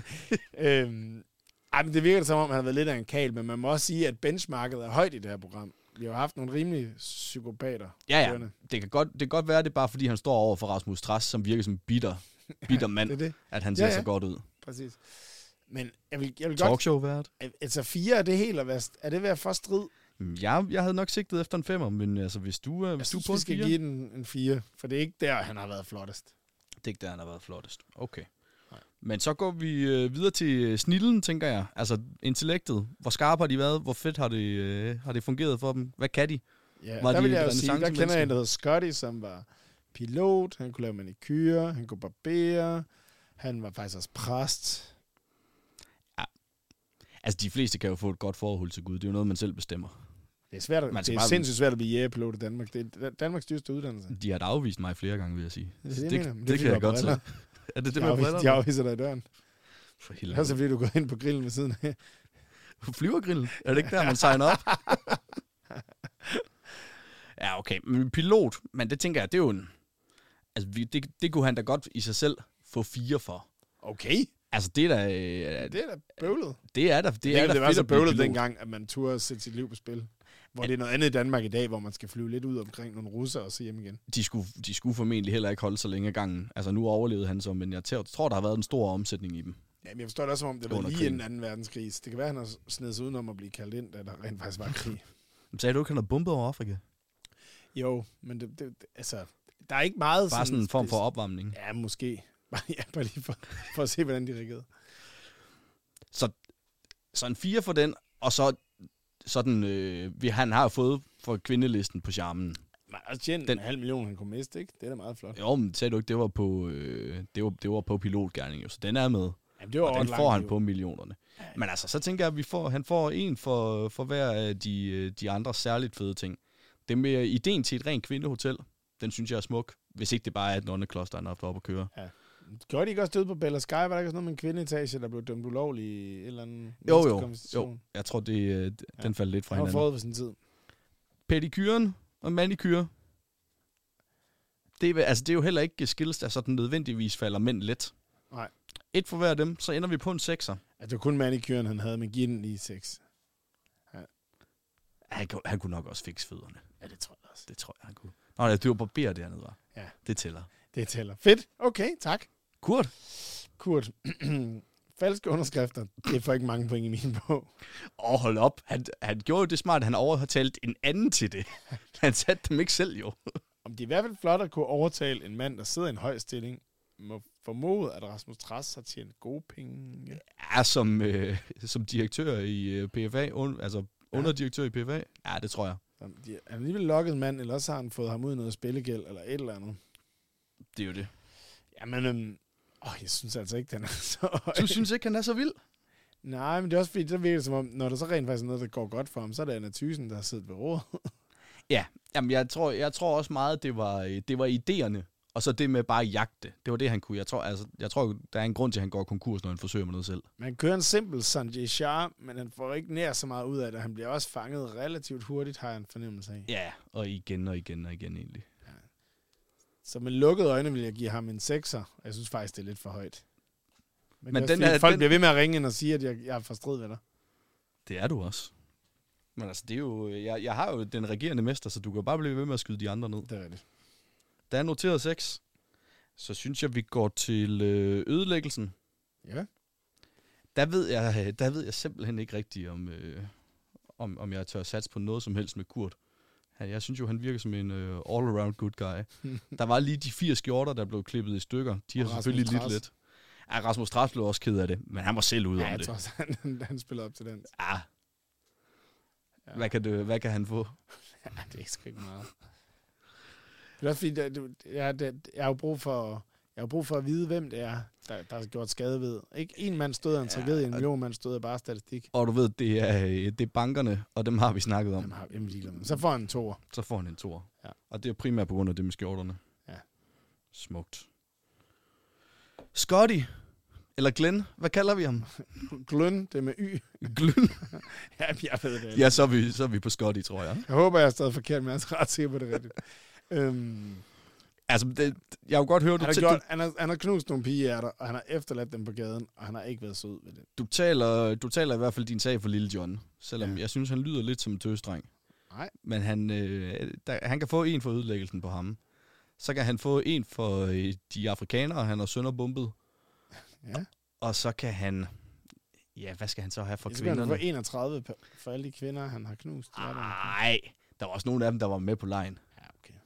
øhm, ej, men det virker som om, han har været lidt af en kal, men man må også sige, at benchmarket er højt i det her program. Vi har jo haft nogle rimelige psykopater. Ja, ja. kørende. Det kan, godt, det kan godt være, det er bare fordi, han står over for Rasmus Trass, som virker som en bitter, bitter mand, Det er det, at han ser Ja, ja, ja. så godt ud. præcis. Men jeg vil, jeg vil godt... Talkshow-vært. Altså, fire er det helt at være... Er det ved at få strid? Ja, jeg havde nok sigtet efter en femmer, men altså, hvis du, øh, Jeg hvis du synes, er på vi en skal fire, give den en fire, for det er ikke der, han har været flottest. det er ikke der, han har været flottest. Okay. Nej. Men så går vi øh, videre til snillen, tænker jeg. Altså intellektet. Hvor skarpe har de været? Hvor fedt har det, øh, har det fungeret for dem? Hvad kan de? Ja, Var der de vil et jeg jo sige, der kender renæssancemenneske? jeg en, der hedder Scotty, som var pilot, han kunne lave manikyre, han kunne barbere, han var faktisk også præst. Altså, de fleste kan jo få et godt forhold til Gud. Det er jo noget, man selv bestemmer. Det er, svært at, Man skal det er bare- sindssygt svært at blive jægerpilot i Danmark. Det er Danmarks dyreste uddannelse. De har da afvist mig flere gange, vil jeg sige. Det er det, jeg det, mener. Men det, det er, det fordi kan jeg du har godt se. briller. Er det det De med afviser, de brillerne? afviser dig i døren. For Det helvede. er også fordi, du går ind på grillen ved siden af. Flyvergrillen? Er det ikke der, man signer op? Ja, okay. Men pilot, men det tænker jeg, det er jo en... Altså, vi- det, det kunne han da godt i sig selv få fire for. Okay. Altså, det er da... øh, Det er da bøvlet. Det er da, det Det, er ja, da det var fedt så at blive bøvlet pilot. dengang, at man turde sætte sit liv på spil. Hvor det er noget andet i Danmark i dag, hvor man skal flyve lidt ud omkring nogle russer og så hjem igen. De skulle, de skulle formentlig heller ikke holde så længe ad gangen. Altså, nu overlevede han så, men jeg tæ- tror, der har været en stor omsætning i dem. Jamen, jeg forstår det også, som om det var Under lige krigen. inden anden verdenskrig. Så det kan være, at han har snedet sig udenom at blive kaldt ind, da der rent faktisk var krig. Men sagde du ikke, han havde bombet over Afrika? Jo, men det, det, altså, der er ikke meget... Bare sådan en form for opvarmning. Ja, måske. Ja, bare lige for, for at se, hvordan de reagerede. Så, så en fire for den, og så sådan, øh, vi, han har jo fået for kvindelisten på charmen. Man har tjent den en halv million, han kunne miste, ikke? Det er da meget flot. Jo, men sagde du ikke, det var på, øh, det var, det var på pilotgærning, jo, så den er med. Jamen, det var og den får han liv. på millionerne. Men altså, så tænker jeg, at vi får, han får en for, for hver af de, de andre særligt fede ting. Det med ideen til et rent kvindehotel, den synes jeg er smuk. Hvis ikke det bare er et nonnekloster, han har haft op at køre. Ja. Gjorde de ikke også døde på Bella Sky? Var der ikke sådan noget med en kvindeetage, der blev dømt ulovlig i et eller andet Jo, jo. jo. Jeg tror, det, den ja. faldt lidt fra hinanden. Han har fået for sin tid. Pedikyren og manikyre. Det er, altså, det er jo heller ikke skills, der sådan nødvendigvis falder mænd let. Nej. Et for hver af dem, så ender vi på en sekser. Ja, det var kun manikyren, han havde, men giv den lige seks. Ja. Han, han kunne nok også fikse fødderne. Ja, det tror jeg også. Det tror jeg, han kunne. Nå, det var barber dernede, var. Ja. Det tæller. Det tæller. Fedt. Okay, tak. Kurt. Kurt. Falske underskrifter. Det får ikke mange point i min bog. Åh, oh, hold op. Han, han gjorde jo det smart, at han overtalt en anden til det. Han satte dem ikke selv, jo. Om det er i hvert fald flot at kunne overtale en mand, der sidder i en høj stilling, må formode, at Rasmus Trads har tjent gode penge. Ja, som, øh, som direktør i øh, P F A, un, altså ja. underdirektør i P F A. Ja, det tror jeg. Han har alligevel lokket en mand, eller også har han fået ham ud i noget spillegæld, eller et eller andet. Det er jo det. Jamen, øhm, åh, jeg synes altså ikke, den er så høj. Du synes ikke, han er så vild? Nej, men det er også fordi, så virker det som om, når der så rent faktisk er noget, der går godt for ham, så er det Anna Thyssen, der har siddet ved roret. Ja, jamen jeg tror, jeg tror også meget, det var, det var idéerne, og så det med bare at jagte. Det var det, han kunne. Jeg tror, altså, jeg tror, der er en grund til, at han går konkurs, når han forsøger med noget selv. Man kører en simpel Sanjay Shah, men han får ikke nær så meget ud af det. Han bliver også fanget relativt hurtigt, har jeg en fornemmelse af. Ja, og igen og igen og igen egentlig. Ja. Så med lukkede øjne vil jeg give ham en sekser. Jeg synes faktisk, det er lidt for højt. Men, men den er, folk den... bliver ved med at ringe ind og sige, at jeg, jeg er for strid ved dig. Det er du også. Men altså, det er jo... Jeg, jeg har jo den regerende mester, så du kan bare blive ved med at skyde de andre ned. Det er rigtigt. Der er noteret seks. Så synes jeg, vi går til ødelæggelsen. Ja. Der ved jeg, der ved jeg simpelthen ikke rigtigt, om, øh, om, om jeg tør satse på noget som helst med Kurt. Jeg synes jo, han virker som en uh, all-around good guy. Der var lige de fire skjorter, der blev klippet i stykker. De har selvfølgelig lidt let. Ja, Rasmus Trads blev også ked af det, men han var selv ude ja, om det. Ja, jeg tror også, han, han spiller op til den. Ja. Ja. Hvad, kan det, hvad kan han få? Ja, det er sgu ikke meget. Det er også fordi, der, jeg, der, jeg har jo brug for, jeg har brug for at vide, hvem det er, der, der har gjort skade ved. Ikke en mand stod af en tragedie, ja, en million mand stod af bare statistik. Og du ved, det er, det er bankerne, og dem har vi snakket om. Dem har vi Så får han en toer. Så får han en toer. Ja. Og det er primært på grund af det med skjorterne. Ja. Smukt. Scotty. Eller Glenn. Hvad kalder vi ham? Gløn, det er med Y. Gløn? Ja, jeg ved det. Ja, så er, vi, så er vi på Scotty, tror jeg. Jeg håber, jeg er stadig forkert, men jeg er ret sikker på det rigtigt. øhm, altså, det, jeg har jo godt hørt... Han har, du gjort, du, han, har, han har knust nogle pigehjerter, og han har efterladt dem på gaden, og han har ikke været sød ved det. Du taler, du taler i hvert fald din sag for Lille John, selvom ja. jeg synes, han lyder lidt som en tøsdreng. Nej. Men han, øh, der, han kan få en for ødelæggelsen på ham. Så kan han få en for øh, de afrikanere, han har sønderbumpet. Ja. Og så kan han... Ja, hvad skal han så have for så kvinderne? Så kan han få enogtredive for alle de kvinder, han har knust. Nej, der var også nogle af dem, der var med på lejen. Ja, okay.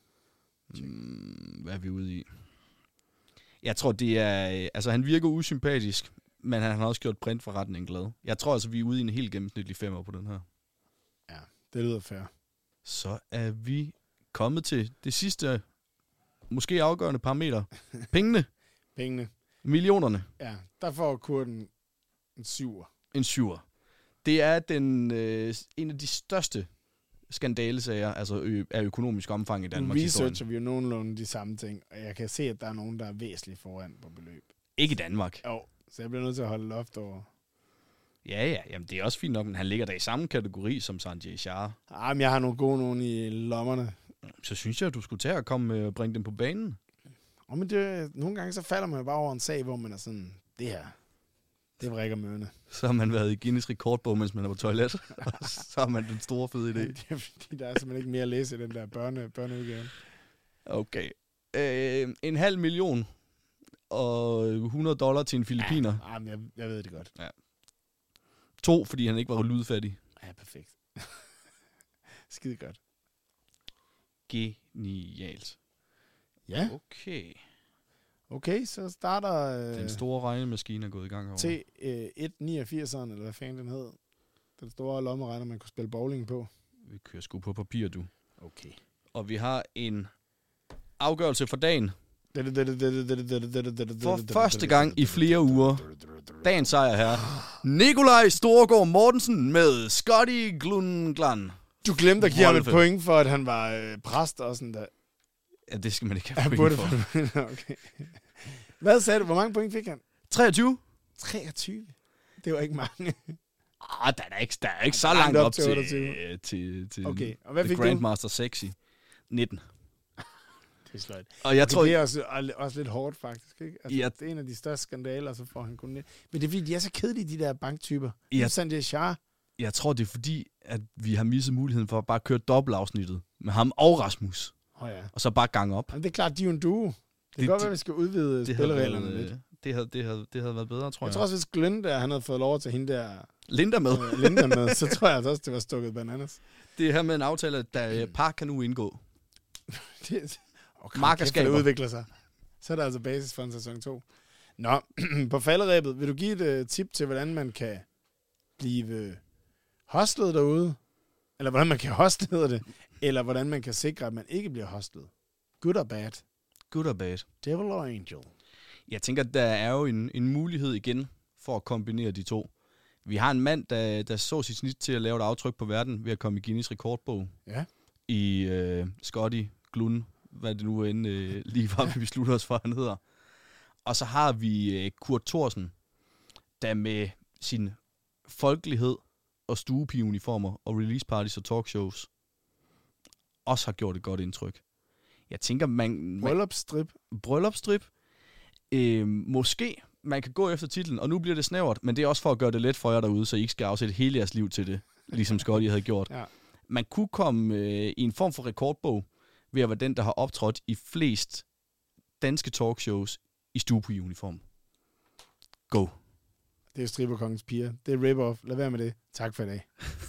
Mm, hvad er vi ude i? Jeg tror, det er... Altså, han virker usympatisk, men han har også gjort printforretningen glad. Jeg tror altså, vi er ude i en helt gennemsnitlig femmer på den her. Ja, det lyder fair. Så er vi kommet til det sidste, måske afgørende parameter. Pengene. Pengene. Millionerne. Ja, der får Kurten en syver. En syver. Det er den, øh, en af de største skandalesager, altså ø- af økonomisk omfang i Danmark. Nu researcher vi jo nogenlunde de samme ting, og jeg kan se, at der er nogen, der er væsentligt foran på beløb. Ikke i Danmark. Jo, så jeg bliver nødt til at holde loft over. Ja, ja, jamen det er også fint nok, men han ligger der i samme kategori som Sanjay Shah. Ah, men jeg har nogle gode nogen i lommerne. Så synes jeg, at du skulle tage og komme og bringe dem på banen. Oh, men det, nogle gange så falder man bare over en sag, hvor man er sådan, det her, det vrikker mørne. Så har man været i Guinness rekordbog, mens man er på toilet, og så har man den store fede idé. Det er fordi, der er simpelthen ikke mere at læse i den der børne, børneudgave. Okay. Øh, en halv million og hundrede dollar til en filippiner. Ja, men jeg, jeg ved det godt. Ja. To, fordi han ikke var lydfattig. Ja, perfekt. Skide godt. Genialt. Ja, Okay. okay, så starter øh, Den store regnemaskine er gået i gang herovre. T et hundrede niogfirseren, eller hvad fanden den hed. Den store lommeregner, man kunne spille bowling på. Vi kører sgu på papir, du. Okay. Og vi har en afgørelse for dagen. For første gang i flere uger. Dagens sejr her. Nikolaj Storgård Mortensen med Scotty Glunglan. Du glemte at give ham et Wolfe. point for, at han var øh, præst og sådan der. Ja, det skal man ikke Han have burde point for. få okay. Hvad sagde du? Hvor mange point fik han? treogtyve. treogtyve. Det var ikke mange. Ah, der er ikke, der er ikke så Langt langt op op til til, otteogtyve. til, til, til Okay, og hvad The fik du? Grandmaster Sexy. nitten. Det er sløjt. Og jeg Okay, tror, det er også, også lidt hårdt, faktisk. Ikke? Altså, Ja. Det er en af de største skandaler, så får han kun det. Men det er fordi, de er så kedelige, de der banktyper. Ja. Ja. Sanjay Shah. jeg tror, det er fordi, at vi har misset muligheden for at bare køre dobbeltafsnittet med ham og Rasmus. Oh, ja. Og så bare gange op. Jamen, det er klart, de er jo en duo. Det kan Det- godt være, vi skal udvide Det havde, spillereglerne været, lidt. øh, det, havde, det, havde, det havde været bedre, tror Jeg jeg. tror også, hvis Glenn der, han havde fået lov til hende der Linda med. øh, Linda med, så tror jeg altså også, det var stukket bananas. Det er her med en aftale, at der øh, par kan nu indgå. Det, okay, Markerskaber. det udvikler sig. Så er der altså basis for en sæson to. Nå, på falderæbet, vil du give et uh, tip til, hvordan man kan blive hostlet derude? Eller hvordan man kan hoste, hedder det? Eller hvordan man kan sikre, at man ikke bliver hostlet? Good or bad? Good or bad. Devil or angel? Jeg tænker, at der er jo en, en mulighed igen for at kombinere de to. Vi har en mand, der, der så sit snit til at lave et aftryk på verden ved at komme i Guinness rekordbog. Ja. I øh, Scotty Glun, hvad det nu end øh, lige var, vi beslutter os for, han hedder. Og så har vi øh, Kurt Thorsen, der med sin folkelighed og stuepigeuniformer og release parties og talkshows også har gjort et godt indtryk. Jeg tænker, man... man Bryllupsstrip? bryllupstrip. Øh, måske man kan gå efter titlen, og nu bliver det snævert, men det er også for at gøre det let for jer derude, så I ikke skal afsætte hele jeres liv til det, ligesom Scotty havde gjort. Ja. Man kunne komme øh, i en form for rekordbog ved at være den, der har optrådt i flest danske talkshows i stuepigeuniform. Go. Det er jo Stripperkongens piger. Det er rip-off. Lad være med det. Tak for i dag.